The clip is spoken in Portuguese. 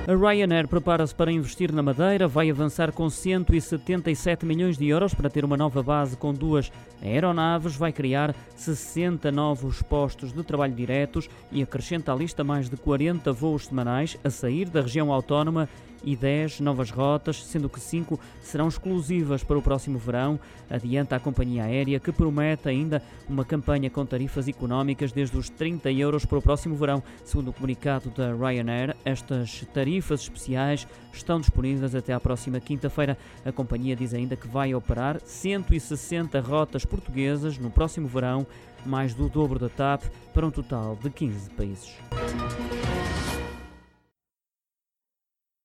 A Ryanair prepara-se para investir na Madeira, vai avançar com 177 milhões de euros para ter uma nova base com 2 aeronaves, vai criar 60 novos postos de trabalho diretos e acrescenta à lista mais de 40 voos semanais a sair da região autónoma e 10 novas rotas, sendo que 5 serão exclusivas para o próximo verão. Adianta a companhia aérea que promete ainda uma campanha com tarifas económicas desde os 30 euros para o próximo verão. Segundo o comunicado da Ryanair, estas tarifas especiais estão disponíveis até à próxima quinta-feira. A companhia diz ainda que vai operar 160 rotas portuguesas no próximo verão, mais do dobro da TAP, para um total de 15 países.